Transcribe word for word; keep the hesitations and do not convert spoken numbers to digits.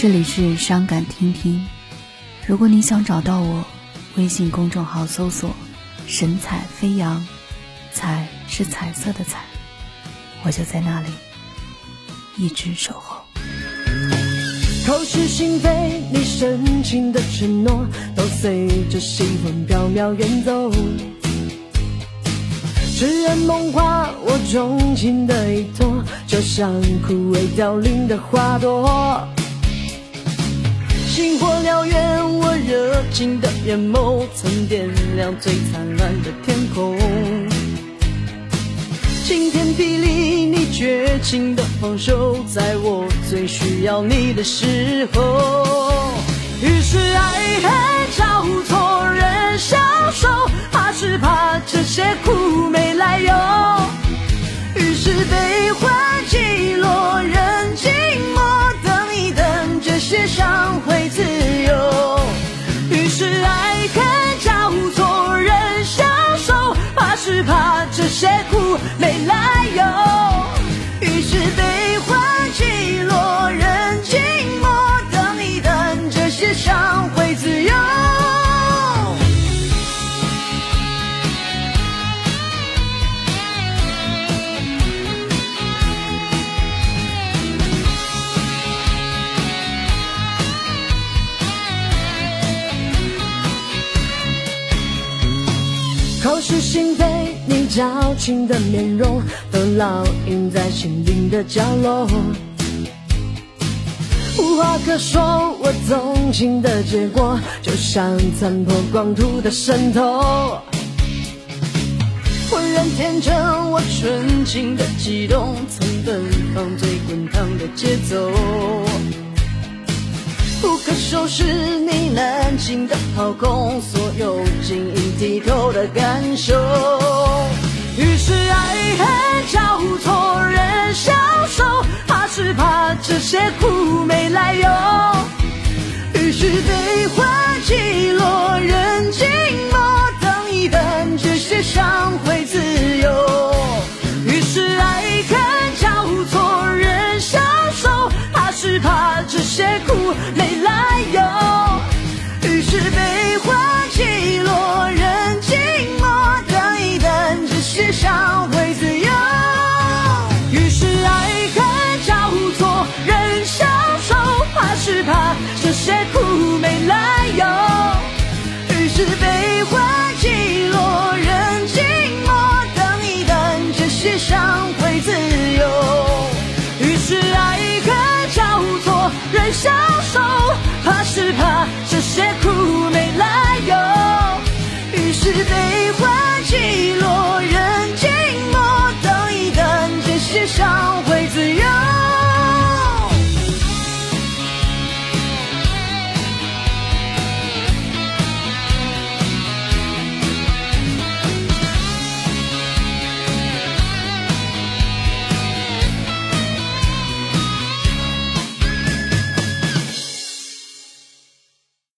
这里是伤感听听，如果你想找到我，微信公众号搜索神采飞扬，彩是彩色的彩，我就在那里一直守候。 口是心非，你深情的承诺都随着喜欢飘渺远走，痴人梦话，我钟情的依托，就像枯萎凋零的花朵。星火燎原，我热情的眼眸曾点亮最灿烂的天空。晴天霹雳，你绝情的放手，在我最需要你的时候。于是爱恨交错，人消瘦，怕是怕这些苦没来由。于是悲欢起落，人静默，等一等，这些伤会自由。于是爱恨交错，人消瘦，怕是怕这些苦没来由。于是悲欢起落，人静默，等一等，这些伤会自由。口是心非，你矫情的面容都烙印在心灵的角落。无话可说，我动情的结果，就像残破光土的渗透。浑然天真，我纯情的悸动，曾奔放最滚烫的节奏。不可收拾，你冷静的掏空所有晶莹剔透的感受。于是爱恨交错，人消瘦，怕是怕这些苦没来由。于是悲欢起落，人静默，等一等，这些伤会自由。于是爱恨交错，人消瘦，怕是怕这些苦没来由。于是悲欢起落，人静默，等一等，这些伤会自由。于是爱恨交错，人消瘦，怕是怕这些苦没来由。于是悲欢起落，人静默，等一等，这些伤会自由。于是爱恨交错，人消瘦，怕是怕这些苦没来由。于是悲欢起